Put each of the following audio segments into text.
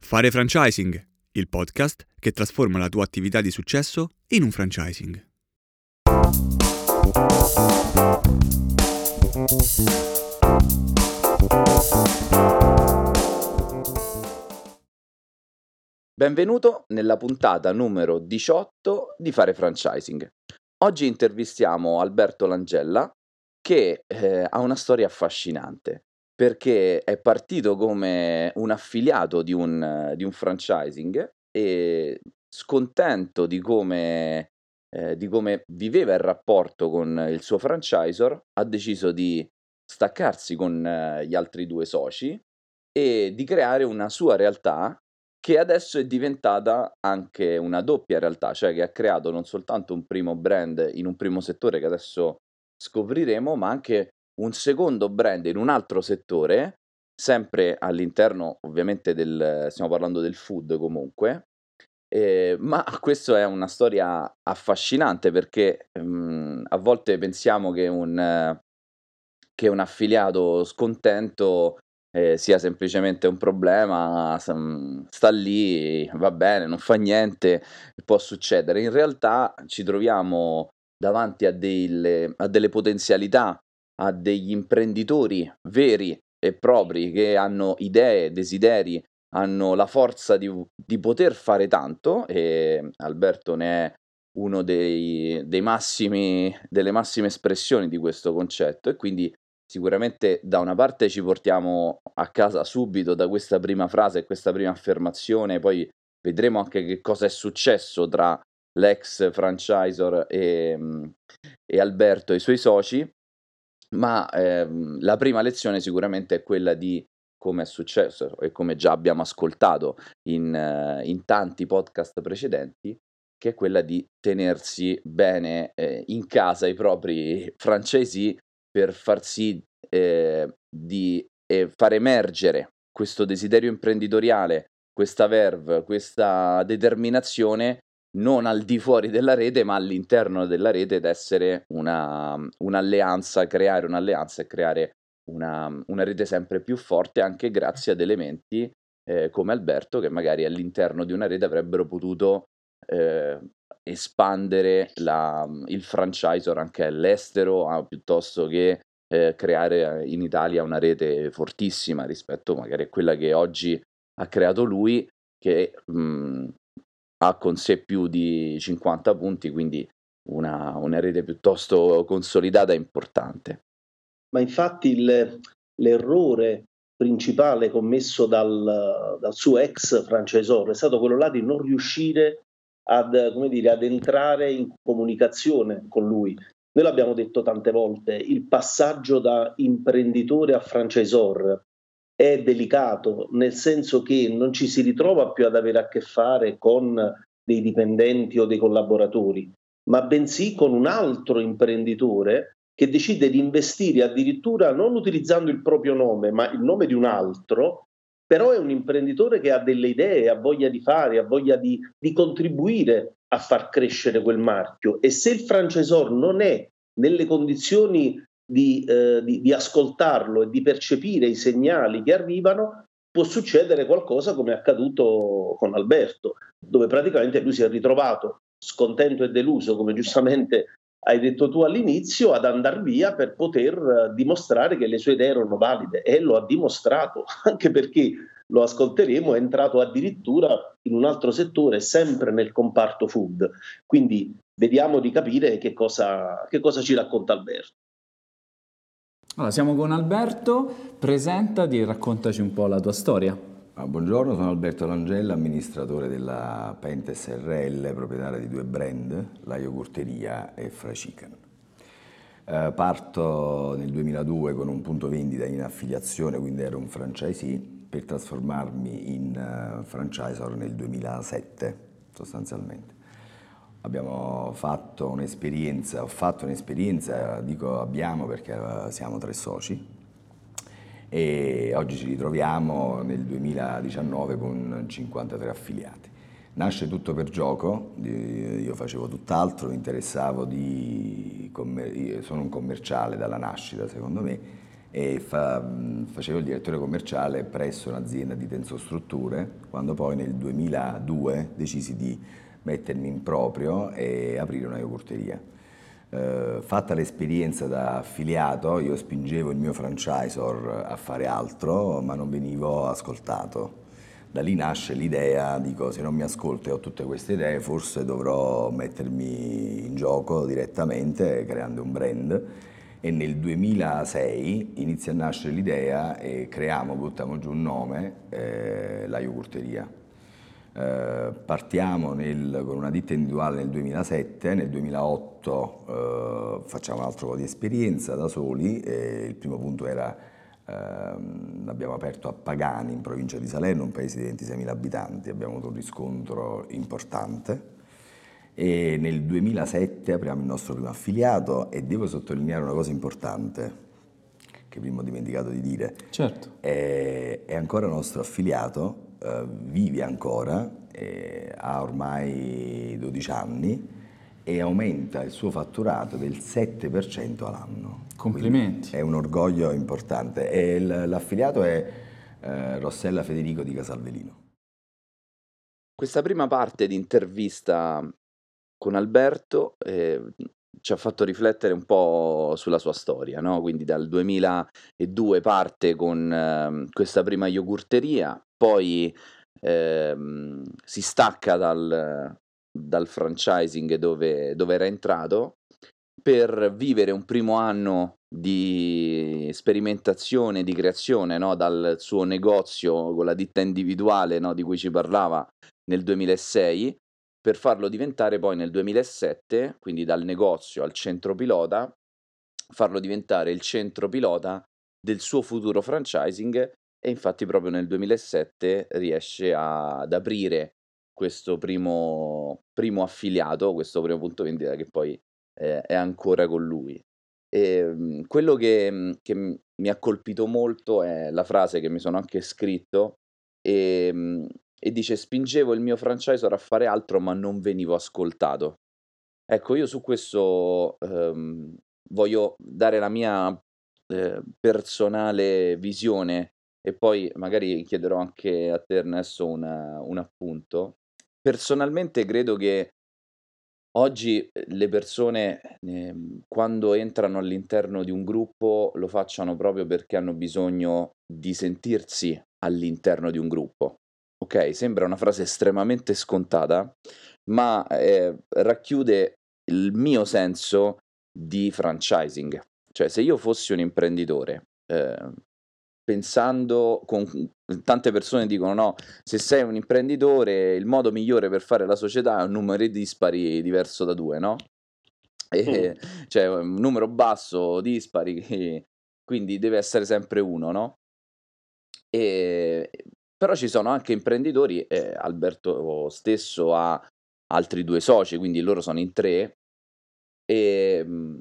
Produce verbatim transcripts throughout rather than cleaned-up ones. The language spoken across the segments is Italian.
Fare franchising, il podcast che trasforma la tua attività di successo in un franchising. Benvenuto nella puntata numero diciotto di Fare franchising. Oggi intervistiamo Alberto Langella che eh, ha una storia affascinante perché è partito come un affiliato di un, di un franchising e scontento di come, eh, di come viveva il rapporto con il suo franchisor ha deciso di staccarsi con eh, gli altri due soci e di creare una sua realtà che adesso è diventata anche una doppia realtà, cioè che ha creato non soltanto un primo brand in un primo settore che adesso scopriremo, ma anche un secondo brand in un altro settore, sempre all'interno ovviamente del, stiamo parlando del food comunque, eh, ma questo è una storia affascinante perché ehm, a volte pensiamo che un, eh, che un affiliato scontento eh, sia semplicemente un problema, sam- sta lì, va bene, non fa niente, può succedere. In realtà ci troviamo davanti a delle, a delle potenzialità, a degli imprenditori veri e propri che hanno idee, desideri, hanno la forza di, di poter fare tanto e Alberto ne è uno dei, dei massimi, delle massime espressioni di questo concetto e quindi sicuramente da una parte ci portiamo a casa subito da questa prima frase e questa prima affermazione, poi vedremo anche che cosa è successo tra l'ex franchisor e, mm, e Alberto e i suoi soci, ma ehm, la prima lezione sicuramente è quella di come è successo e come già abbiamo ascoltato in, eh, in tanti podcast precedenti, che è quella di tenersi bene eh, in casa i propri franchisee per far sì eh, di eh, far emergere questo desiderio imprenditoriale, questa verve, questa determinazione non al di fuori della rete, ma all'interno della rete ed essere una, un'alleanza, creare un'alleanza e creare una, una rete sempre più forte anche grazie ad elementi eh, come Alberto che magari all'interno di una rete avrebbero potuto eh, espandere la, il franchisor anche all'estero, ah, piuttosto che eh, creare in Italia una rete fortissima rispetto magari a quella che oggi ha creato lui, che mh, ha con sé più di cinquanta punti, quindi una, una rete piuttosto consolidata e importante. Ma infatti il, l'errore principale commesso dal, dal suo ex franchisor è stato quello là di non riuscire ad, come dire, ad entrare in comunicazione con lui. Noi l'abbiamo detto tante volte, il passaggio da imprenditore a franchisor è delicato, nel senso che non ci si ritrova più ad avere a che fare con dei dipendenti o dei collaboratori, ma bensì con un altro imprenditore che decide di investire addirittura non utilizzando il proprio nome, ma il nome di un altro, però è un imprenditore che ha delle idee, ha voglia di fare, ha voglia di, di contribuire a far crescere quel marchio. E se il franchisor non è nelle condizioni di, eh, di, di ascoltarlo e di percepire i segnali che arrivano, può succedere qualcosa come è accaduto con Alberto, dove praticamente lui si è ritrovato scontento e deluso, come giustamente hai detto tu all'inizio, ad andar via per poter dimostrare che le sue idee erano valide, e lo ha dimostrato, anche perché, lo ascolteremo, è entrato addirittura in un altro settore, sempre nel comparto food. Quindi vediamo di capire che cosa, che cosa ci racconta Alberto. Allora, siamo con Alberto, presentati e raccontaci un po' la tua storia. Ah, buongiorno, sono Alberto Langella, amministratore della Pentes R L, proprietario di due brand, La Yogurteria e Fracican. Eh, parto nel duemiladue con un punto vendita in affiliazione, quindi ero un franchisee, per trasformarmi in uh, franchisor nel duemilasette sostanzialmente. Abbiamo fatto un'esperienza, ho fatto un'esperienza, dico abbiamo perché siamo tre soci, e oggi ci ritroviamo nel duemiladiciannove con cinquantatré affiliati. Nasce tutto per gioco, io facevo tutt'altro, mi interessavo di, sono un commerciale dalla nascita secondo me, e fa, facevo il direttore commerciale presso un'azienda di tensostrutture, quando poi nel duemiladue decisi di mettermi in proprio e aprire una yogurteria. Eh, fatta l'esperienza da affiliato, io spingevo il mio franchisor a fare altro, ma non venivo ascoltato. Da lì nasce l'idea, dico, se non mi ascolto e ho tutte queste idee, forse dovrò mettermi in gioco direttamente creando un brand. E nel duemilasei inizia a nascere l'idea e creiamo, buttiamo giù un nome, eh, la yogurteria. Eh, partiamo nel, con una ditta individuale nel duemilasette, nel duemilaotto eh, facciamo un altro po' di esperienza da soli, e il primo punto era Uh, abbiamo aperto a Pagani in provincia di Salerno, un paese di ventiseimila abitanti, abbiamo avuto un riscontro importante e nel duemilasette apriamo il nostro primo affiliato e devo sottolineare una cosa importante che prima ho dimenticato di dire. Certo. È, è ancora nostro affiliato, uh, vive ancora, eh, ha ormai dodici anni e aumenta il suo fatturato del sette per cento all'anno. Complimenti. Quindi è un orgoglio importante. E l'affiliato è eh, Rossella Federico di Casalvelino. Questa prima parte di intervista con Alberto eh, ci ha fatto riflettere un po' sulla sua storia, no? Quindi dal duemiladue parte con eh, questa prima yogurteria, poi eh, si stacca dal, dal franchising dove, dove era entrato per vivere un primo anno di sperimentazione, di creazione, no? Dal suo negozio con la ditta individuale, no? Di cui ci parlava nel duemilasei, per farlo diventare poi nel duemilasette, quindi dal negozio al centro pilota, farlo diventare il centro pilota del suo futuro franchising, e infatti proprio nel duemilasette riesce a, ad aprire questo primo, primo affiliato, questo primo punto vendita che poi eh, è ancora con lui. E, quello che, che mi ha colpito molto è la frase che mi sono anche scritto, e, e dice: spingevo il mio franchisor a fare altro ma non venivo ascoltato. Ecco, io su questo ehm, voglio dare la mia eh, personale visione, e poi magari chiederò anche a te, Ernesto, una- un appunto. Personalmente credo che oggi le persone, ehm, quando entrano all'interno di un gruppo, lo facciano proprio perché hanno bisogno di sentirsi all'interno di un gruppo. Ok? Sembra una frase estremamente scontata, ma eh, racchiude il mio senso di franchising. Cioè, se io fossi un imprenditore, eh, pensando con tante persone dicono no, se sei un imprenditore il modo migliore per fare la società è un numero dispari diverso da due, no? E, Mm. cioè un numero basso, dispari, che- quindi deve essere sempre uno, no? E, però ci sono anche imprenditori, eh, Alberto stesso ha altri due soci, quindi loro sono in tre, e, mm,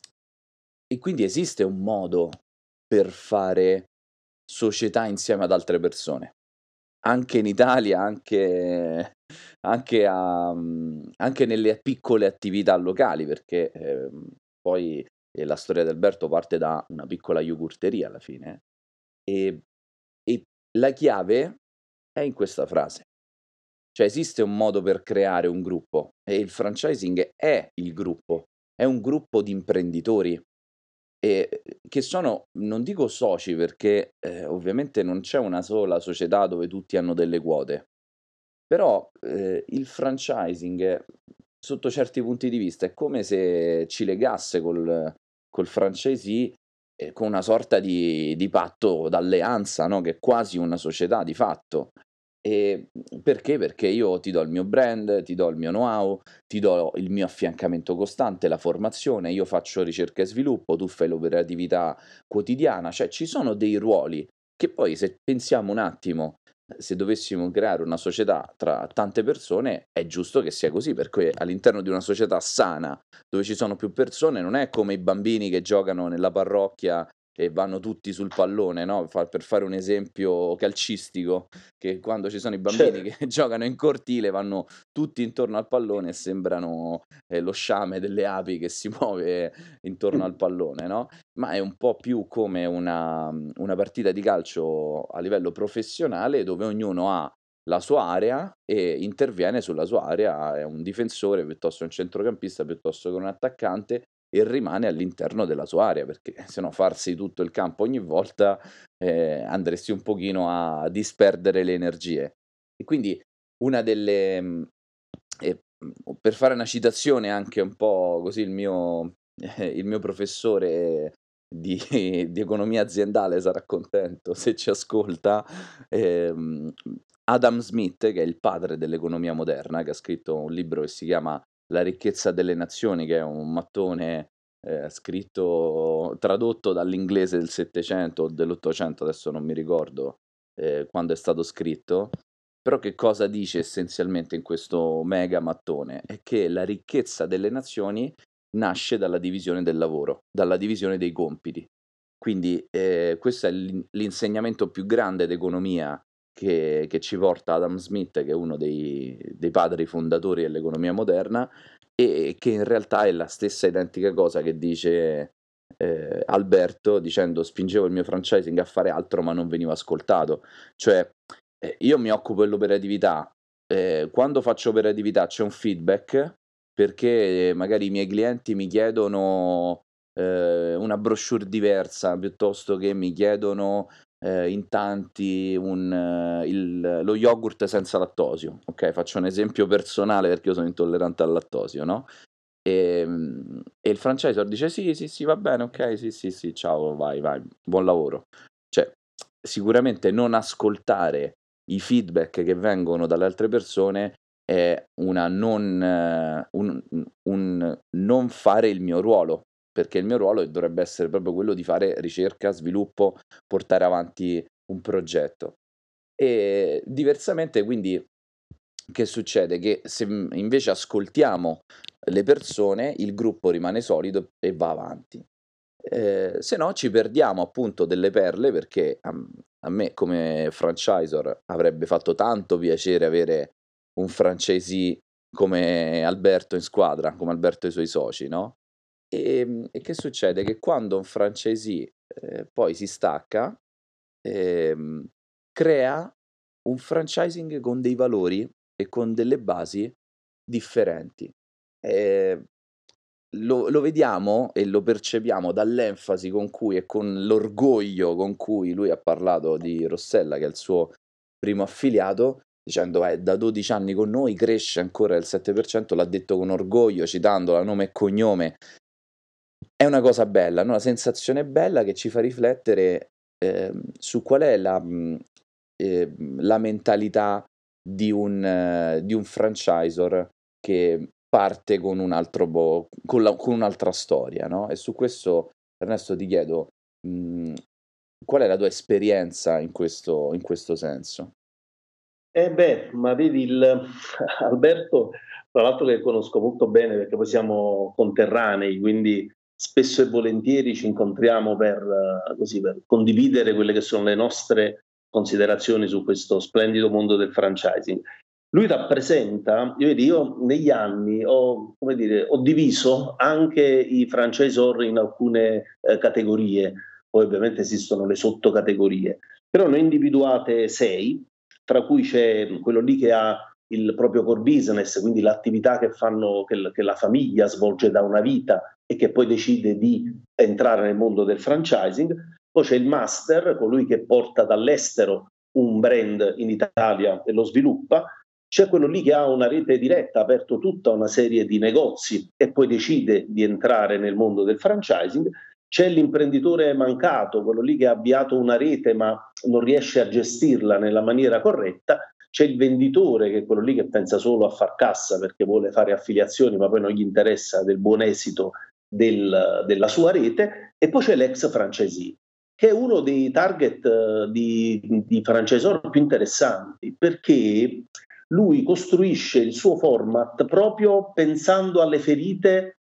e quindi esiste un modo per fare società insieme ad altre persone. Anche in Italia, anche, anche, a, mh, anche nelle piccole attività locali, perché ehm, poi eh, la storia di Alberto parte da una piccola yogurteria alla fine, e, e la chiave è in questa frase. Cioè esiste un modo per creare un gruppo, e il franchising è il gruppo, è un gruppo di imprenditori e che sono, non dico soci perché eh, ovviamente non c'è una sola società dove tutti hanno delle quote, però eh, il franchising sotto certi punti di vista è come se ci legasse col, col franchisee, eh, con una sorta di, di patto d'alleanza, no? Che è quasi una società di fatto. E perché? Perché io ti do il mio brand, ti do il mio know-how, ti do il mio affiancamento costante, la formazione, io faccio ricerca e sviluppo, tu fai l'operatività quotidiana, cioè ci sono dei ruoli che poi, se pensiamo un attimo, se dovessimo creare una società tra tante persone, è giusto che sia così, perché all'interno di una società sana, dove ci sono più persone, non è come i bambini che giocano nella parrocchia e vanno tutti sul pallone, no? Fa- per fare un esempio calcistico, che quando ci sono i bambini Certo. che giocano in cortile vanno tutti intorno al pallone e sembrano eh, lo sciame delle api che si muove intorno al pallone, no? Ma è un po' più come una, una partita di calcio a livello professionale dove ognuno ha la sua area e interviene sulla sua area, è un difensore piuttosto che un centrocampista piuttosto che un attaccante e rimane all'interno della sua area, perché se no farsi tutto il campo ogni volta eh, andresti un pochino a disperdere le energie. E quindi una delle... mh, eh, mh, per fare una citazione anche un po' così, il mio, eh, il mio professore di, di economia aziendale sarà contento se ci ascolta, ehm, Adam Smith, che è il padre dell'economia moderna, che ha scritto un libro che si chiama La ricchezza delle nazioni, che è un mattone eh, scritto, tradotto dall'inglese del Settecento o dell'Ottocento, adesso non mi ricordo eh, quando è stato scritto, però che cosa dice essenzialmente in questo mega mattone? È che la ricchezza delle nazioni nasce dalla divisione del lavoro, dalla divisione dei compiti. Quindi eh, questo è l'in- l'insegnamento più grande d'economia che, che ci porta Adam Smith, che è uno dei, dei padri fondatori dell'economia moderna, e che in realtà è la stessa identica cosa che dice eh, Alberto, dicendo spingevo il mio franchising a fare altro ma non venivo ascoltato. Cioè, eh, io mi occupo dell'operatività, eh, quando faccio operatività c'è un feedback, perché magari i miei clienti mi chiedono eh, una brochure diversa, piuttosto che mi chiedono eh, in tanti un, eh, il- lo yogurt senza lattosio. Ok, faccio un esempio personale perché io sono intollerante al lattosio, no? E, mm, e il franchisor dice sì, sì, sì, va bene, ok, sì, sì, sì, ciao, vai, vai, buon lavoro. Cioè, sicuramente non ascoltare i feedback che vengono dalle altre persone è una non, eh, un, un non fare il mio ruolo, perché il mio ruolo dovrebbe essere proprio quello di fare ricerca, sviluppo, portare avanti un progetto. E diversamente, quindi, che succede? Che se mm, invece ascoltiamo le persone, il gruppo rimane solido e va avanti. Eh, se no ci perdiamo appunto delle perle, perché a, a me come franchisor avrebbe fatto tanto piacere avere un franchisee come Alberto in squadra, come Alberto e i suoi soci, no? E, e che succede? Che quando un franchisee eh, poi si stacca, ehm, crea un franchising con dei valori e con delle basi differenti. Eh, lo, lo vediamo e lo percepiamo dall'enfasi con cui e con l'orgoglio con cui lui ha parlato di Rossella, che è il suo primo affiliato, dicendo è da dodici anni con noi, cresce ancora del sette per cento, l'ha detto con orgoglio, citandola nome e cognome. È una cosa bella, no? Una sensazione bella che ci fa riflettere ehm, su qual è la, mh, ehm, la mentalità di un, eh, di un franchisor che parte con un altro bo- con, la- con un'altra storia, no? E su questo, Ernesto, ti chiedo, mh, qual è la tua esperienza in questo, in questo senso? Eh beh, ma vedi il Alberto, tra l'altro che conosco molto bene perché poi siamo conterranei, quindi spesso e volentieri ci incontriamo per, eh, così, per condividere quelle che sono le nostre considerazioni su questo splendido mondo del franchising. Lui rappresenta, io, vedi, io negli anni ho, come dire, ho diviso anche i franchisor in alcune eh, categorie, poi ovviamente esistono le sottocategorie, però ne ho individuate sei, tra cui c'è quello lì che ha il proprio core business, quindi l'attività che, fanno, che, che la famiglia svolge da una vita e che poi decide di entrare nel mondo del franchising. Poi c'è il master, colui che porta dall'estero un brand in Italia e lo sviluppa. C'è quello lì che ha una rete diretta, ha aperto tutta una serie di negozi e poi decide di entrare nel mondo del franchising. C'è l'imprenditore mancato, quello lì che ha avviato una rete ma non riesce a gestirla nella maniera corretta. C'è il venditore, che è quello lì che pensa solo a far cassa perché vuole fare affiliazioni ma poi non gli interessa del buon esito del, della sua rete. E poi c'è l'ex franchisee, che è uno dei target uh, di, di franchisor più interessanti, perché lui costruisce il suo format proprio pensando alle ferite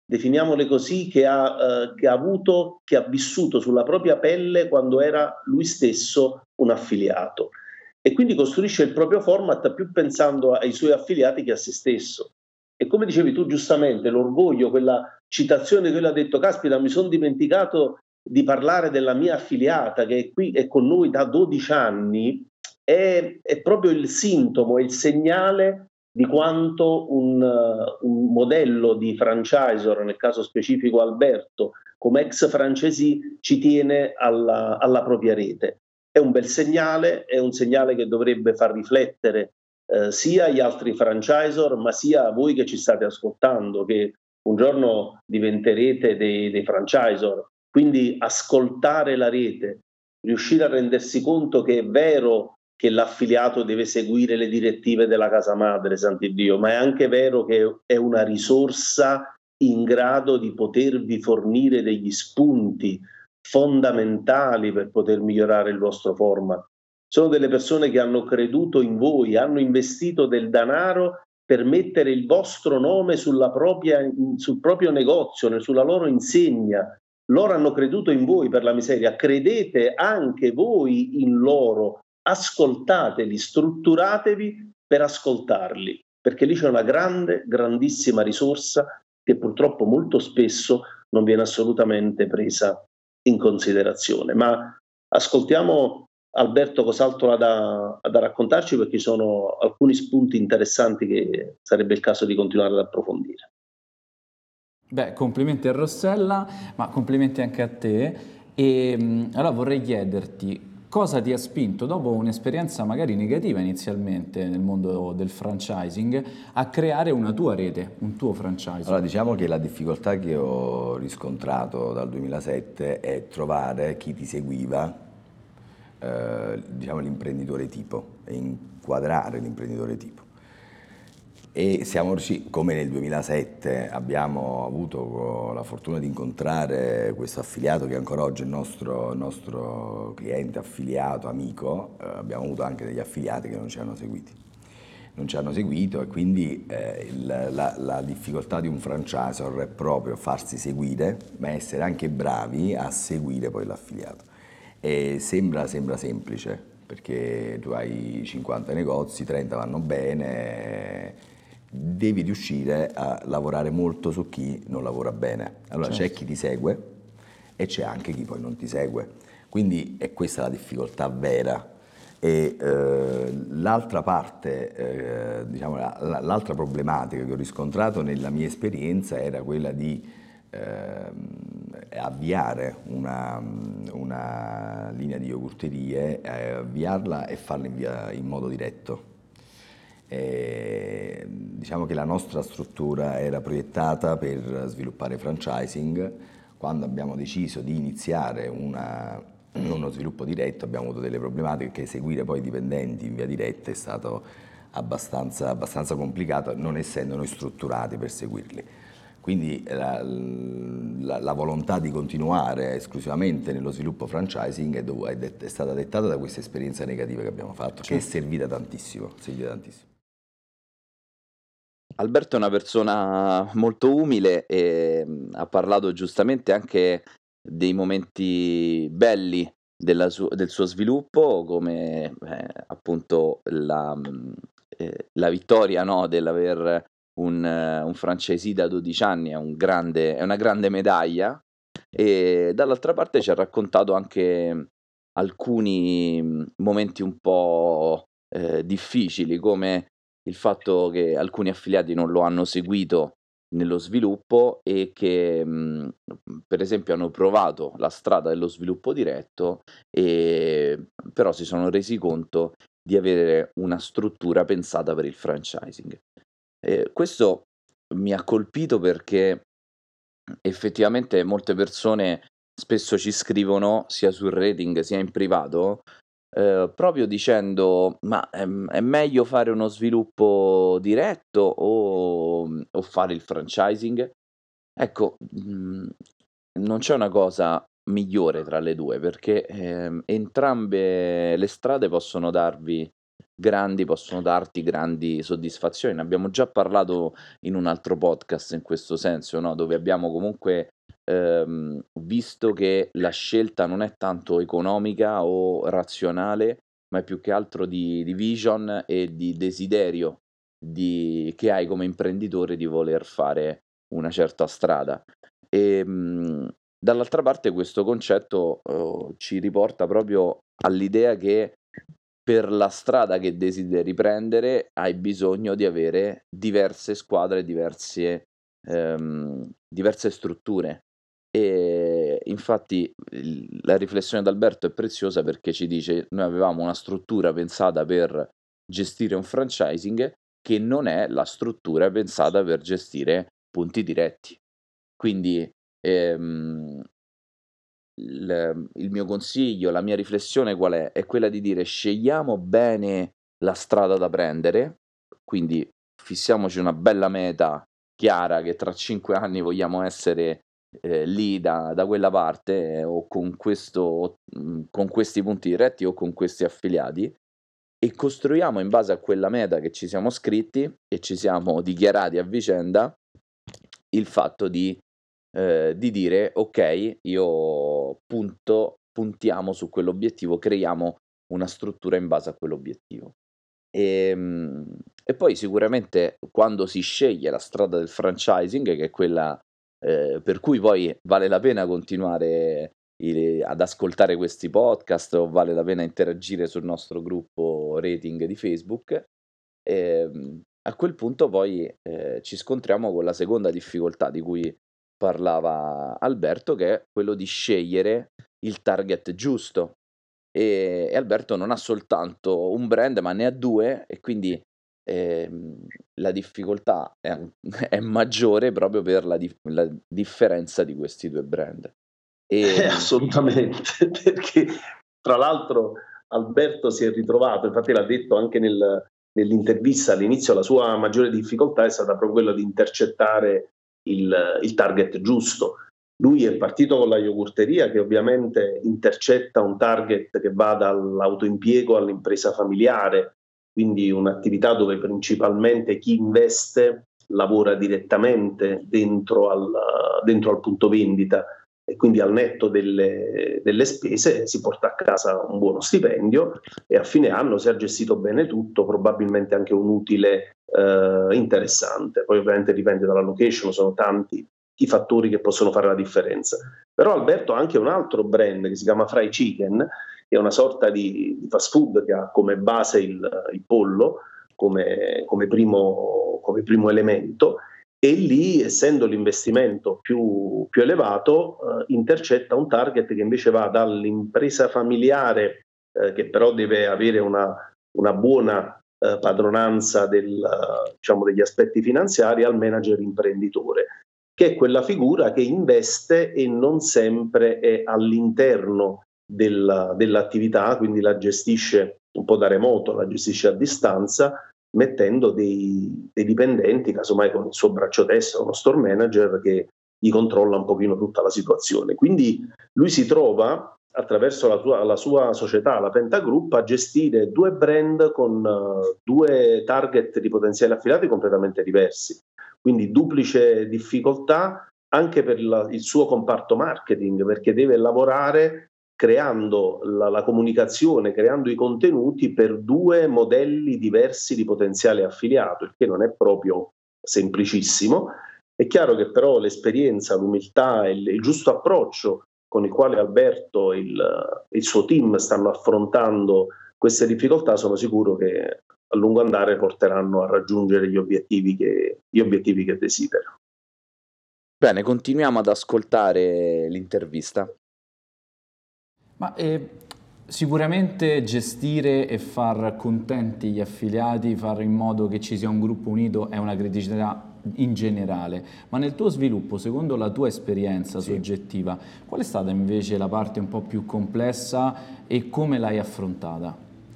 definiamole così, che ha, eh, che ha avuto, che ha vissuto sulla propria pelle quando era lui stesso un affiliato. E quindi costruisce il proprio format più pensando ai suoi affiliati che a se stesso. E come dicevi tu giustamente, l'orgoglio, quella citazione che lui ha detto, caspita, mi sono dimenticato di parlare della mia affiliata che è qui, è con noi da dodici anni, è, è proprio il sintomo, è il segnale di quanto un, uh, un modello di franchisor, nel caso specifico Alberto, come ex franchisee, ci tiene alla, alla propria rete. È un bel segnale, è un segnale che dovrebbe far riflettere eh, sia gli altri franchisor, ma sia voi che ci state ascoltando, che un giorno diventerete dei, dei franchisor. Quindi ascoltare la rete, riuscire a rendersi conto che è vero che l'affiliato deve seguire le direttive della casa madre, sant'Iddio, ma è anche vero che è una risorsa in grado di potervi fornire degli spunti fondamentali per poter migliorare il vostro format. Sono delle persone che hanno creduto in voi, hanno investito del denaro per mettere il vostro nome sulla propria, sul proprio negozio, sulla loro insegna. Loro hanno creduto in voi, per la miseria. Credete anche voi in loro. Ascoltateli, strutturatevi per ascoltarli, perché lì c'è una grande, grandissima risorsa che purtroppo molto spesso non viene assolutamente presa in considerazione. Ma ascoltiamo Alberto cos'altro ha da, ha da raccontarci, perché ci sono alcuni spunti interessanti che sarebbe il caso di continuare ad approfondire. Beh, complimenti a Rossella, ma complimenti anche a te. E mh, allora vorrei chiederti cosa ti ha spinto, dopo un'esperienza magari negativa inizialmente nel mondo del franchising, a creare una tua rete, un tuo franchise? Allora, diciamo che la difficoltà che ho riscontrato dal duemilasette è trovare chi ti seguiva, eh, diciamo l'imprenditore tipo, e inquadrare l'imprenditore tipo. E siamo riusciti, come nel duemilasette abbiamo avuto la fortuna di incontrare questo affiliato che ancora oggi è il nostro, nostro cliente, affiliato, amico, eh, abbiamo avuto anche degli affiliati che non ci hanno seguiti. Non ci hanno seguito e quindi eh, il, la, la difficoltà di un franchisor è proprio farsi seguire, ma essere anche bravi a seguire poi l'affiliato. E sembra, sembra semplice, perché tu hai cinquanta negozi, trenta vanno bene, devi riuscire a lavorare molto su chi non lavora bene. Allora certo. C'è chi ti segue e c'è anche chi poi non ti segue. Quindi è questa la difficoltà vera. E eh, l'altra parte, eh, diciamo, la, l'altra problematica che ho riscontrato nella mia esperienza era quella di eh, avviare una, una linea di yogurterie, eh, avviarla e farla in, via, in modo diretto. E, diciamo che la nostra struttura era proiettata per sviluppare franchising. Quando abbiamo deciso di iniziare una, uno sviluppo diretto abbiamo avuto delle problematiche, che seguire poi i dipendenti in via diretta è stato abbastanza, abbastanza complicato, non essendo noi strutturati per seguirli. Quindi la, la, la volontà di continuare esclusivamente nello sviluppo franchising è, dov- è stata dettata da questa esperienza negativa che abbiamo fatto, certo. Che è servita tantissimo, servita tantissimo. Alberto è una persona molto umile e ha parlato giustamente anche dei momenti belli della su- del suo sviluppo, come eh, appunto la, eh, la vittoria, no, dell'aver un, un franchisee da dodici anni è, un grande, è una grande medaglia, e dall'altra parte ci ha raccontato anche alcuni momenti un po' eh, difficili, come il fatto che alcuni affiliati non lo hanno seguito nello sviluppo e che mh, per esempio hanno provato la strada dello sviluppo diretto, e però si sono resi conto di avere una struttura pensata per il franchising. E questo mi ha colpito perché effettivamente molte persone spesso ci scrivono sia sul rating sia in privato, eh, proprio dicendo: ma è, è meglio fare uno sviluppo diretto o, o fare il franchising? Ecco, mh, non c'è una cosa migliore tra le due, perché ehm, entrambe le strade possono darvi grandi possono darti grandi soddisfazioni. Ne abbiamo già parlato in un altro podcast in questo senso, no? Dove abbiamo comunque ehm, visto che la scelta non è tanto economica o razionale, ma è più che altro di, di vision e di desiderio di, che hai come imprenditore di voler fare una certa strada. E mh, dall'altra parte questo concetto eh, ci riporta proprio all'idea che per la strada che desideri prendere hai bisogno di avere diverse squadre, diverse, ehm, diverse strutture. E infatti il- la riflessione d'Alberto è preziosa perché ci dice: noi avevamo una struttura pensata per gestire un franchising che non è la struttura pensata per gestire punti diretti. Quindi ehm, il, il mio consiglio, la mia riflessione qual è? È quella di dire: scegliamo bene la strada da prendere, quindi fissiamoci una bella meta chiara che tra cinque anni vogliamo essere eh, lì da, da quella parte eh, o con questo, mh, con questi punti diretti o con questi affiliati, e costruiamo in base a quella meta che ci siamo scritti e ci siamo dichiarati a vicenda il fatto di, eh, di dire: ok, io punto, puntiamo su quell'obiettivo, creiamo una struttura in base a quell'obiettivo. E, mm, e poi sicuramente quando si sceglie la strada del franchising, che è quella eh, per cui poi vale la pena continuare i- ad ascoltare questi podcast o vale la pena interagire sul nostro gruppo rating di Facebook, ehm, a quel punto poi eh, ci scontriamo con la seconda difficoltà di cui parlava Alberto, che è quello di scegliere il target giusto. E, e Alberto non ha soltanto un brand, ma ne ha due, e quindi ehm, la difficoltà è, è maggiore proprio per la, dif- la differenza di questi due brand. Eh, E, assolutamente, perché tra l'altro Alberto si è ritrovato, infatti l'ha detto anche nel- nell'intervista all'inizio, la sua maggiore difficoltà è stata proprio quella di intercettare il, il target giusto. Lui è partito con la yogurteria, che ovviamente intercetta un target che va dall'autoimpiego all'impresa familiare, quindi un'attività dove principalmente chi investe lavora direttamente dentro al, dentro al punto vendita, e quindi al netto delle, delle spese si porta a casa un buono stipendio e a fine anno, se ha gestito bene tutto, probabilmente anche un utile eh, interessante. Poi ovviamente dipende dalla location, sono tanti i fattori che possono fare la differenza. Però Alberto ha anche un altro brand che si chiama Fried Chicken, che è una sorta di, di fast food che ha come base il, il pollo come, come, primo, come primo elemento, e lì, essendo l'investimento più, più elevato, eh, intercetta un target che invece va dall'impresa familiare, eh, che però deve avere una, una buona eh, padronanza del, diciamo, degli aspetti finanziari, al manager imprenditore, che è quella figura che investe e non sempre è all'interno della, dell'attività, quindi la gestisce un po' da remoto, la gestisce a distanza, mettendo dei, dei dipendenti, casomai con il suo braccio destro, uno store manager che gli controlla un pochino tutta la situazione. Quindi lui si trova, attraverso la, tua, la sua società, la Penta Group, a gestire due brand con uh, due target di potenziali affiliati completamente diversi. Quindi duplice difficoltà anche per la, il suo comparto marketing, perché deve lavorare creando la, la comunicazione, creando i contenuti per due modelli diversi di potenziale affiliato, il che non è proprio semplicissimo. È chiaro che però l'esperienza, l'umiltà e il, il giusto approccio con il quale Alberto e il, il suo team stanno affrontando queste difficoltà, sono sicuro che a lungo andare porteranno a raggiungere gli obiettivi che, gli obiettivi che desiderano. bene, continuiamo ad ascoltare l'intervista. Ma eh, sicuramente gestire e far contenti gli affiliati, fare in modo che ci sia un gruppo unito è una criticità in generale, ma nel tuo sviluppo, secondo la tua esperienza Sì. soggettiva, qual è stata invece la parte un po' più complessa e come l'hai affrontata?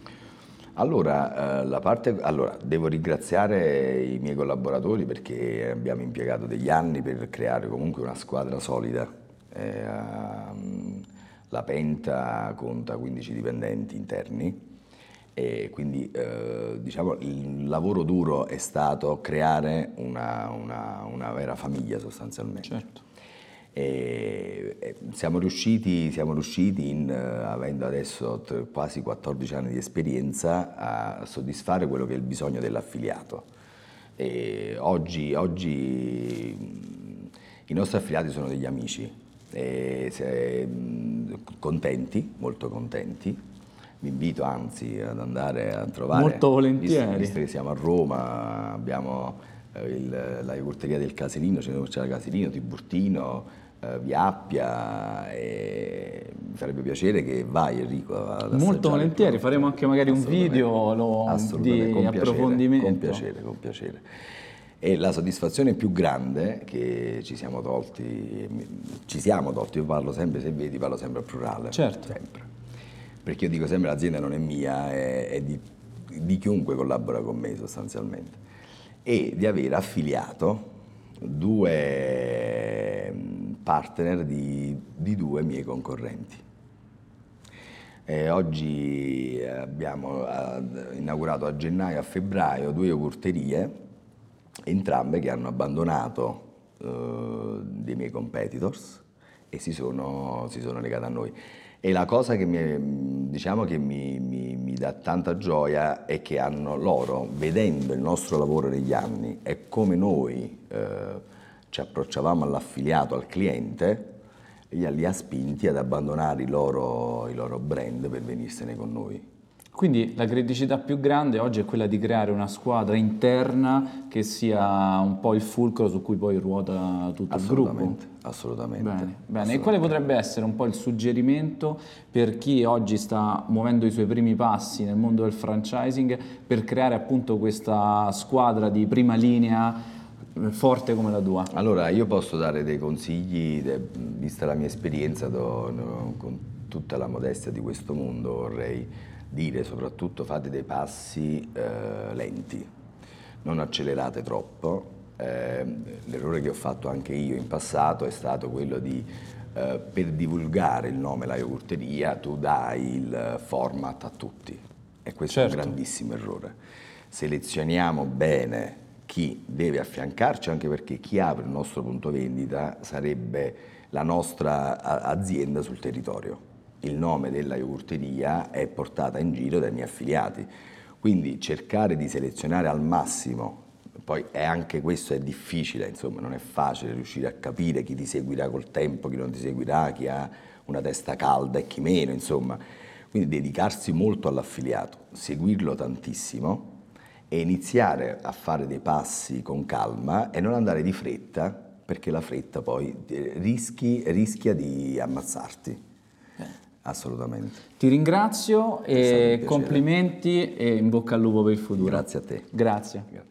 Allora, eh, la parte, allora, devo ringraziare i miei collaboratori perché abbiamo impiegato degli anni per creare comunque una squadra solida. Eh, ehm, la Penta conta quindici dipendenti interni E quindi eh, diciamo il lavoro duro è stato creare una, una, una vera famiglia sostanzialmente. Certo. E, e siamo riusciti, siamo riusciti in, uh, avendo adesso t- quasi quattordici anni di esperienza, a soddisfare quello che è il bisogno dell'affiliato. E oggi, oggi mh, i nostri affiliati sono degli amici, e se, mh, contenti, molto contenti. Vi invito anzi ad andare a trovare, molto volentieri, visto, visto che siamo a Roma, abbiamo eh, il, la yogurteria del Caselino, c'è il Caselino, Tiburtino, eh, Via Appia, e mi farebbe piacere che vai Enrico ad molto volentieri, faremo anche magari un video lo, di con approfondimento. Con piacere, con piacere. E la soddisfazione più grande che ci siamo tolti, ci siamo tolti, io parlo sempre, se vedi, parlo sempre al plurale, certo. sempre. Perché io dico sempre l'azienda non è mia, è, è di, di chiunque collabora con me sostanzialmente. E di aver affiliato due partner di, di due miei concorrenti. E oggi abbiamo inaugurato a gennaio e a febbraio due yogurterie, entrambe che hanno abbandonato eh, dei miei competitors e si sono, si sono legate a noi. E la cosa che mi, diciamo che mi, mi, mi dà tanta gioia è che hanno loro, vedendo il nostro lavoro negli anni e come noi eh, ci approcciavamo all'affiliato, al cliente, li ha spinti ad abbandonare i loro, i loro brand per venirsene con noi. Quindi la criticità più grande oggi è quella di creare una squadra interna che sia un po' il fulcro su cui poi ruota tutto il gruppo. Assolutamente. Bene, bene. E quale potrebbe essere un po' il suggerimento per chi oggi sta muovendo i suoi primi passi nel mondo del franchising per creare appunto questa squadra di prima linea forte come la tua? Allora, io posso dare dei consigli, vista la mia esperienza, do, no, con tutta la modestia di questo mondo, vorrei dire soprattutto fate dei passi eh, lenti, non accelerate troppo. Eh, l'errore che ho fatto anche io in passato è stato quello di, eh, per divulgare il nome La Yogurteria, tu dai il format a tutti, e questo certo. è un grandissimo errore. Selezioniamo bene chi deve affiancarci, anche perché chi apre il nostro punto vendita sarebbe la nostra azienda sul territorio. Il nome della yogurteria è portata in giro dai miei affiliati, quindi cercare di selezionare al massimo, poi è anche questo è difficile, insomma non è facile riuscire a capire chi ti seguirà col tempo, chi non ti seguirà, chi ha una testa calda e chi meno, insomma, quindi dedicarsi molto all'affiliato, seguirlo tantissimo e iniziare a fare dei passi con calma e non andare di fretta, perché la fretta poi rischi, rischia di ammazzarti. Assolutamente. Ti ringrazio e complimenti e in bocca al lupo per il futuro. Grazie a te. Grazie. Grazie.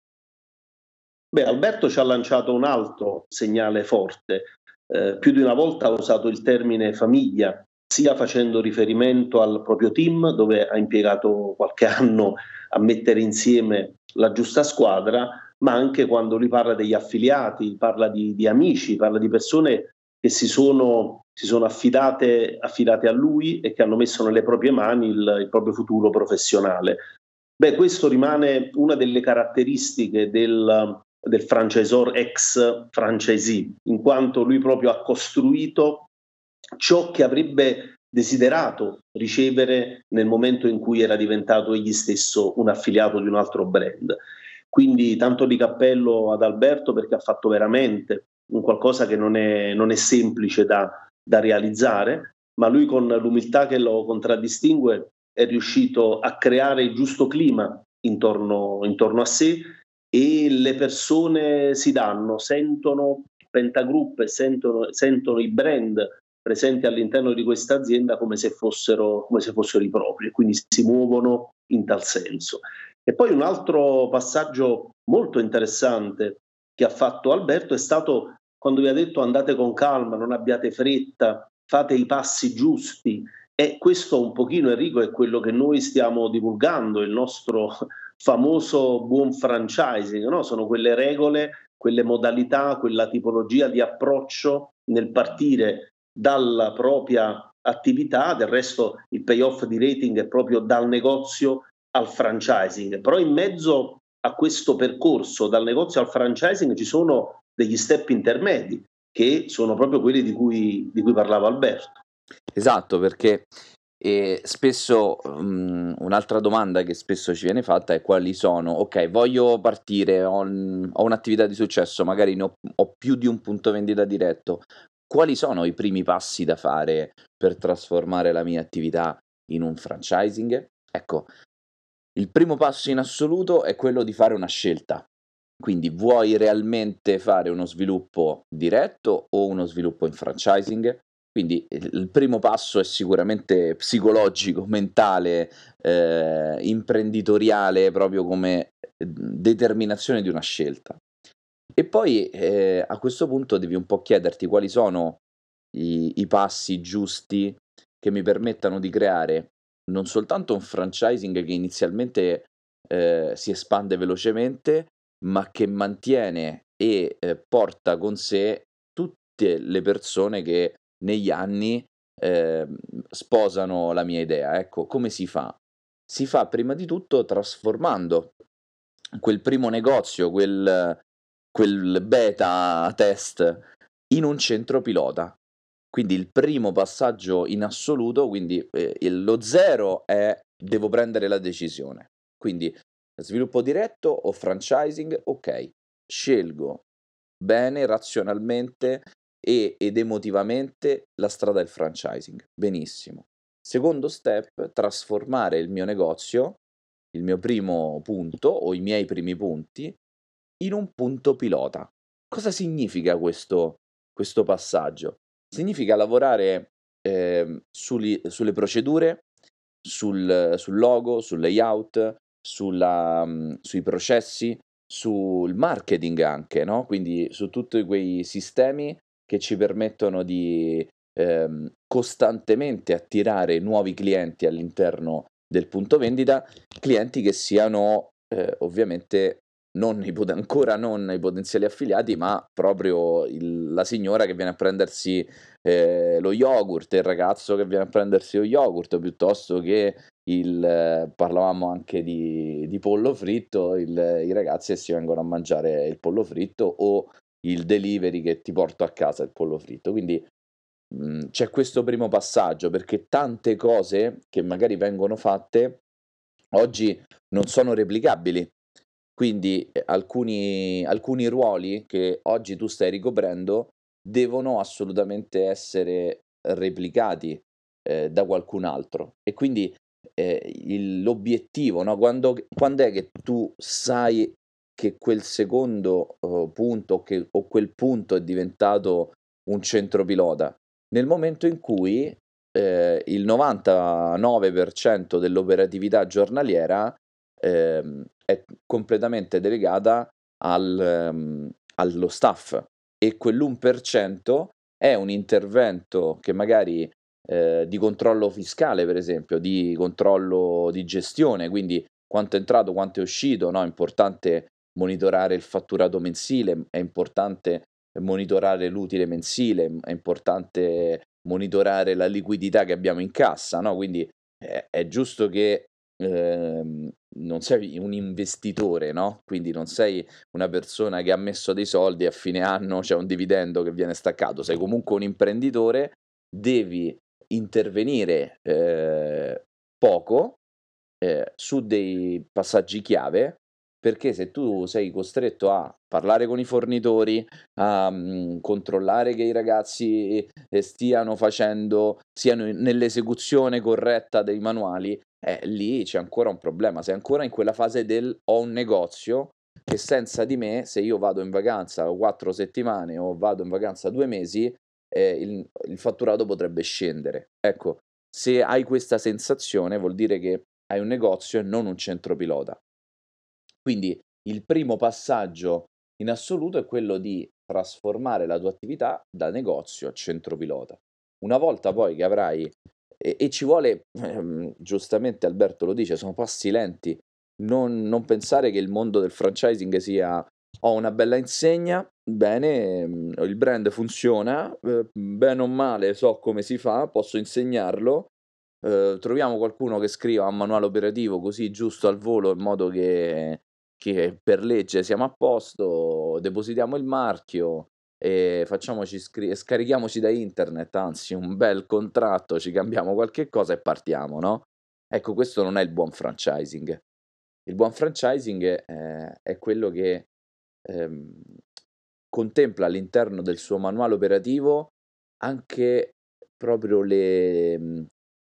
Beh, Alberto ci ha lanciato un altro segnale forte. Eh, più di una volta ha usato il termine famiglia, sia facendo riferimento al proprio team, dove ha impiegato qualche anno a mettere insieme la giusta squadra, ma anche quando lui parla degli affiliati, parla di, di amici, parla di persone che si sono, si sono affidate, affidate a lui e che hanno messo nelle proprie mani il, il proprio futuro professionale. Beh, questo rimane una delle caratteristiche del, del franchisor ex franchisee, in quanto lui proprio ha costruito ciò che avrebbe desiderato ricevere nel momento in cui era diventato egli stesso un affiliato di un altro brand. Quindi tanto di cappello ad Alberto, perché ha fatto veramente un qualcosa che non è, non è semplice da, da realizzare, ma lui con l'umiltà che lo contraddistingue è riuscito a creare il giusto clima intorno, intorno a sé, e le persone si danno, sentono Pentagroup e sentono, sentono i brand presenti all'interno di questa azienda come se fossero, come se fossero i propri, quindi si muovono in tal senso. E poi un altro passaggio molto interessante che ha fatto Alberto è stato quando vi ha detto andate con calma, non abbiate fretta, fate i passi giusti. E questo un pochino, Enrico, è quello che noi stiamo divulgando, il nostro famoso buon franchising, no? Sono quelle regole, quelle modalità, quella tipologia di approccio nel partire dalla propria attività, del resto il payoff di rating è proprio dal negozio al franchising, però in mezzo a questo percorso dal negozio al franchising ci sono degli step intermedi che sono proprio quelli di cui, di cui parlava Alberto. Esatto, perché e spesso um, un'altra domanda che spesso ci viene fatta è quali sono, ok, voglio partire, ho, un- ho un'attività di successo, magari ne ho, ho più di un punto vendita diretto, quali sono i primi passi da fare per trasformare la mia attività in un franchising? Ecco, il primo passo in assoluto è quello di fare una scelta. Quindi vuoi realmente fare uno sviluppo diretto o uno sviluppo in franchising? Quindi il il primo passo è sicuramente psicologico, mentale, eh, imprenditoriale, proprio come eh, determinazione di una scelta. E poi eh, a questo punto devi un po' chiederti quali sono i, i passi giusti che mi permettano di creare non soltanto un franchising che inizialmente eh, si espande velocemente, ma che mantiene e eh, porta con sé tutte le persone che negli anni ehm, sposano la mia idea. Ecco, come si fa? Si fa prima di tutto trasformando quel primo negozio, quel, quel beta test in un centro pilota. Quindi il primo passaggio in assoluto, quindi eh, il- lo zero è devo prendere la decisione. Quindi sviluppo diretto o franchising, ok, scelgo bene, razionalmente e, ed emotivamente la strada del franchising. Benissimo. Secondo step, trasformare il mio negozio, il mio primo punto o i miei primi punti, in un punto pilota. Cosa significa questo, questo passaggio? Significa lavorare ehm, suli- sulle procedure, sul, sul logo, sul layout, sulla, mm, sui processi, sul marketing anche, no? Quindi su tutti quei sistemi che ci permettono di ehm, costantemente attirare nuovi clienti all'interno del punto vendita, clienti che siano eh, ovviamente non i pot- ancora non i potenziali affiliati, ma proprio il- la signora che viene a prendersi eh, lo yogurt, il ragazzo che viene a prendersi lo yogurt, piuttosto che il, eh, parlavamo anche di, di pollo fritto, il- i ragazzi che si vengono a mangiare il pollo fritto o il delivery che ti porto a casa il pollo fritto. Quindi mh, c'è questo primo passaggio perché tante cose che magari vengono fatte oggi non sono replicabili. Quindi eh, alcuni, alcuni ruoli che oggi tu stai ricoprendo devono assolutamente essere replicati eh, da qualcun altro. E quindi eh, il- l'obiettivo, no? Quando, quando è che tu sai che quel secondo eh, punto che, o quel punto è diventato un centro pilota? Nel momento in cui eh, il novantanove per cento dell'operatività giornaliera ehm, è completamente delegata al, ehm, allo staff e quell'uno per cento è un intervento che magari eh, di controllo fiscale, per esempio, di controllo di gestione, quindi quanto è entrato, quanto è uscito, no? È importante monitorare il fatturato mensile, è importante monitorare l'utile mensile, è importante monitorare la liquidità che abbiamo in cassa, no? Quindi è, è giusto che ehm, non sei un investitore, no? Quindi non sei una persona che ha messo dei soldi e a fine anno c'è un dividendo che viene staccato, sei comunque un imprenditore, devi intervenire eh, poco eh, su dei passaggi chiave, perché se tu sei costretto a parlare con i fornitori, a mm, controllare che i ragazzi eh, stiano facendo, siano in- nell'esecuzione corretta dei manuali, eh, lì c'è ancora un problema, sei ancora in quella fase del ho un negozio che senza di me, se io vado in vacanza quattro settimane o vado in vacanza due mesi, eh, il, il fatturato potrebbe scendere. Ecco, se hai questa sensazione vuol dire che hai un negozio e non un centro pilota. Quindi il primo passaggio in assoluto è quello di trasformare la tua attività da negozio a centro pilota. Una volta poi che avrai, e, e ci vuole, ehm, giustamente Alberto lo dice, sono passi lenti, non, non pensare che il mondo del franchising sia ho una bella insegna, bene, il brand funziona, eh, bene o male so come si fa, posso insegnarlo, eh, troviamo qualcuno che scriva un manuale operativo così giusto al volo in modo che, che per legge siamo a posto, depositiamo il marchio e facciamoci scri- scarichiamoci da internet, anzi un bel contratto, ci cambiamo qualche cosa e partiamo, no? Ecco, questo non è il buon franchising. Il buon franchising eh, è quello che ehm, contempla all'interno del suo manuale operativo anche proprio le, mh,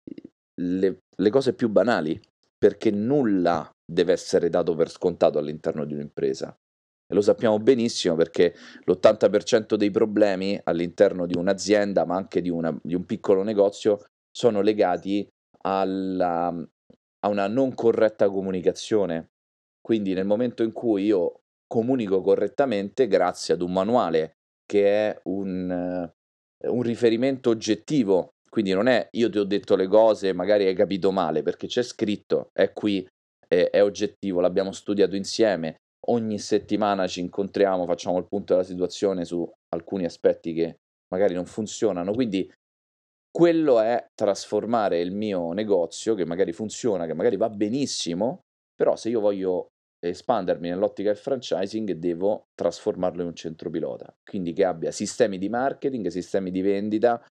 le, le cose più banali, perché nulla deve essere dato per scontato all'interno di un'impresa. E lo sappiamo benissimo perché l'ottanta per cento dei problemi all'interno di un'azienda, ma anche di, una, di un piccolo negozio, sono legati alla, a una non corretta comunicazione. Quindi nel momento in cui io comunico correttamente, grazie ad un manuale che è un, eh, un riferimento oggettivo, quindi non è io ti ho detto le cose, magari hai capito male, perché c'è scritto, è qui, è, è oggettivo, l'abbiamo studiato insieme, ogni settimana ci incontriamo, facciamo il punto della situazione su alcuni aspetti che magari non funzionano, quindi quello è trasformare il mio negozio, che magari funziona, che magari va benissimo, però se io voglio espandermi nell'ottica del franchising devo trasformarlo in un centro pilota, quindi che abbia sistemi di marketing, sistemi di vendita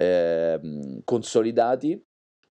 ehm, consolidati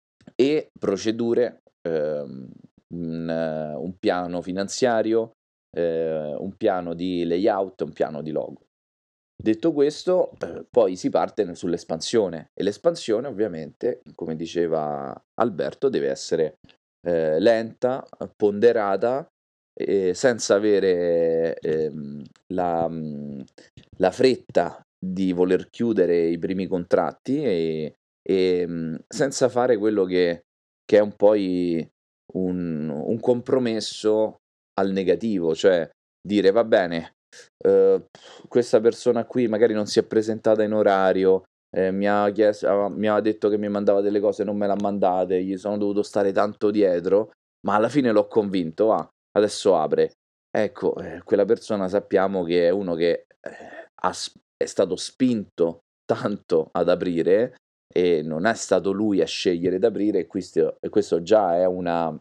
e procedure, ehm, un, eh, un piano finanziario, eh, un piano di layout, un piano di logo. Detto questo, eh, poi si parte sull'espansione e l'espansione ovviamente, come diceva Alberto, deve essere eh, lenta, ponderata, eh, senza avere ehm, la, mh, la fretta di voler chiudere i primi contratti e, e mh, senza fare quello che, che è un poi un, un compromesso al negativo, cioè dire va bene, eh, questa persona qui magari non si è presentata in orario, eh, mi ha chiesto, mi ha detto che mi mandava delle cose, non me l'ha mandate, gli sono dovuto stare tanto dietro, ma alla fine l'ho convinto, ah, adesso apre. Ecco, eh, quella persona sappiamo che è uno che eh, ha, è stato spinto tanto ad aprire e non è stato lui a scegliere di aprire e questo, e questo già è, una,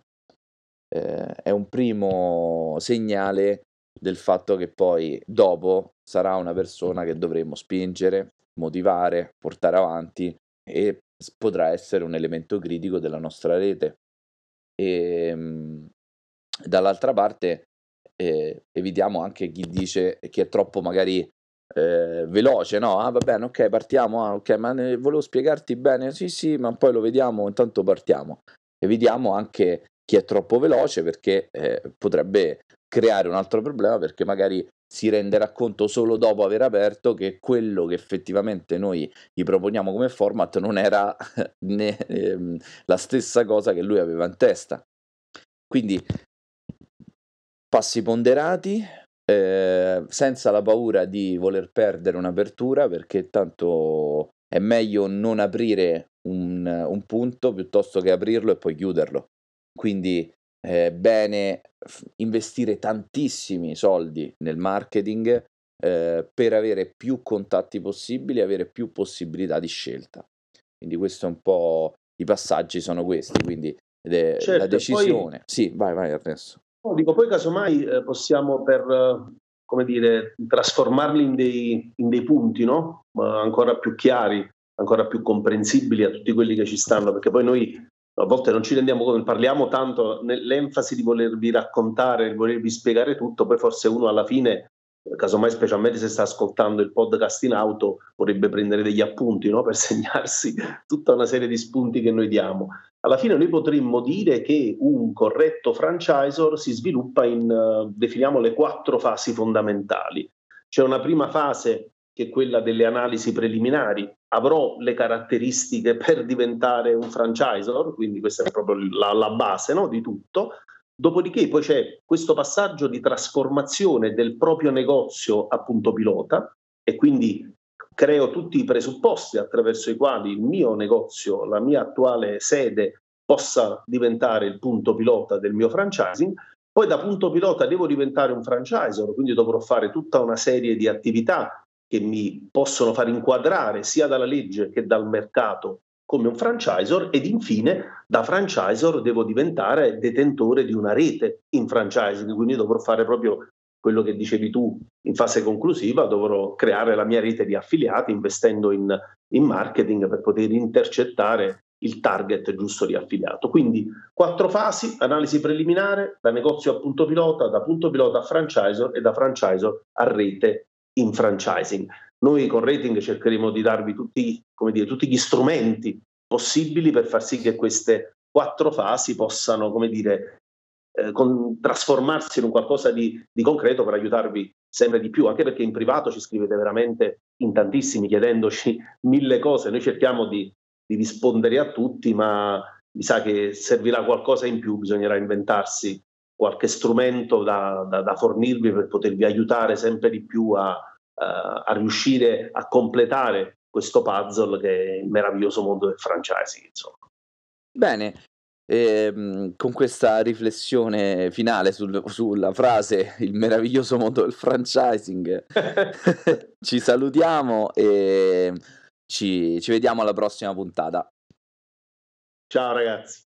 eh, è un primo segnale del fatto che poi dopo sarà una persona che dovremo spingere, motivare, portare avanti e potrà essere un elemento critico della nostra rete. E mh, dall'altra parte eh, evitiamo anche chi dice che è troppo magari eh, veloce, no? Ah, va bene, ok, partiamo, ah, ok, ma ne, volevo spiegarti bene, sì, sì, ma poi lo vediamo, intanto partiamo. Evitiamo anche chi è troppo veloce perché eh, potrebbe creare un altro problema perché magari si renderà conto solo dopo aver aperto che quello che effettivamente noi gli proponiamo come format non era né ehm, la stessa cosa che lui aveva in testa. Quindi passi ponderati, eh, senza la paura di voler perdere un'apertura, perché tanto è meglio non aprire un, un punto piuttosto che aprirlo e poi chiuderlo. Quindi è bene f- investire tantissimi soldi nel marketing eh, per avere più contatti possibili e avere più possibilità di scelta. Quindi questo è un po', i passaggi sono questi, quindi de- Certo, la e poi decisione. Sì, vai, vai Ernesto. no, dico, poi casomai eh, possiamo per, eh, come dire, trasformarli in dei, in dei punti, no? Ma ancora più chiari, ancora più comprensibili a tutti quelli che ci stanno, perché poi noi a volte non ci rendiamo conto, parliamo tanto nell'enfasi di volervi raccontare, di volervi spiegare tutto, poi forse uno alla fine, eh, casomai specialmente se sta ascoltando il podcast in auto, vorrebbe prendere degli appunti, no? Per segnarsi tutta una serie di spunti che noi diamo. Alla fine noi potremmo dire che un corretto franchisor si sviluppa in, uh, definiamo, le quattro fasi fondamentali. C'è una prima fase che è quella delle analisi preliminari. Avrò le caratteristiche per diventare un franchisor, quindi questa è proprio la, la base, no, di tutto. Dopodiché poi c'è questo passaggio di trasformazione del proprio negozio a punto pilota e quindi creo tutti i presupposti attraverso i quali il mio negozio, la mia attuale sede, possa diventare il punto pilota del mio franchising. Poi da punto pilota devo diventare un franchisor, quindi dovrò fare tutta una serie di attività che mi possono far inquadrare sia dalla legge che dal mercato come un franchisor, ed infine da franchisor devo diventare detentore di una rete in franchising, quindi dovrò fare proprio quello che dicevi tu in fase conclusiva, dovrò creare la mia rete di affiliati investendo in, in marketing per poter intercettare il target giusto di affiliato. Quindi quattro fasi: analisi preliminare, da negozio a punto pilota, da punto pilota a franchisor e da franchisor a rete in franchising. Noi con Rating cercheremo di darvi tutti, come dire, tutti gli strumenti possibili per far sì che queste quattro fasi possano, come dire, eh, con, trasformarsi in un qualcosa di, di concreto per aiutarvi sempre di più, anche perché in privato ci scrivete veramente in tantissimi chiedendoci mille cose. Noi cerchiamo di, di rispondere a tutti, ma mi sa che servirà qualcosa in più, bisognerà inventarsi qualche strumento da, da, da fornirvi per potervi aiutare sempre di più a Uh, a riuscire a completare questo puzzle che è il meraviglioso mondo del franchising, insomma. Bene, ehm, con questa riflessione finale sul, sulla frase il meraviglioso mondo del franchising ci salutiamo e ci, ci vediamo alla prossima puntata. Ciao ragazzi.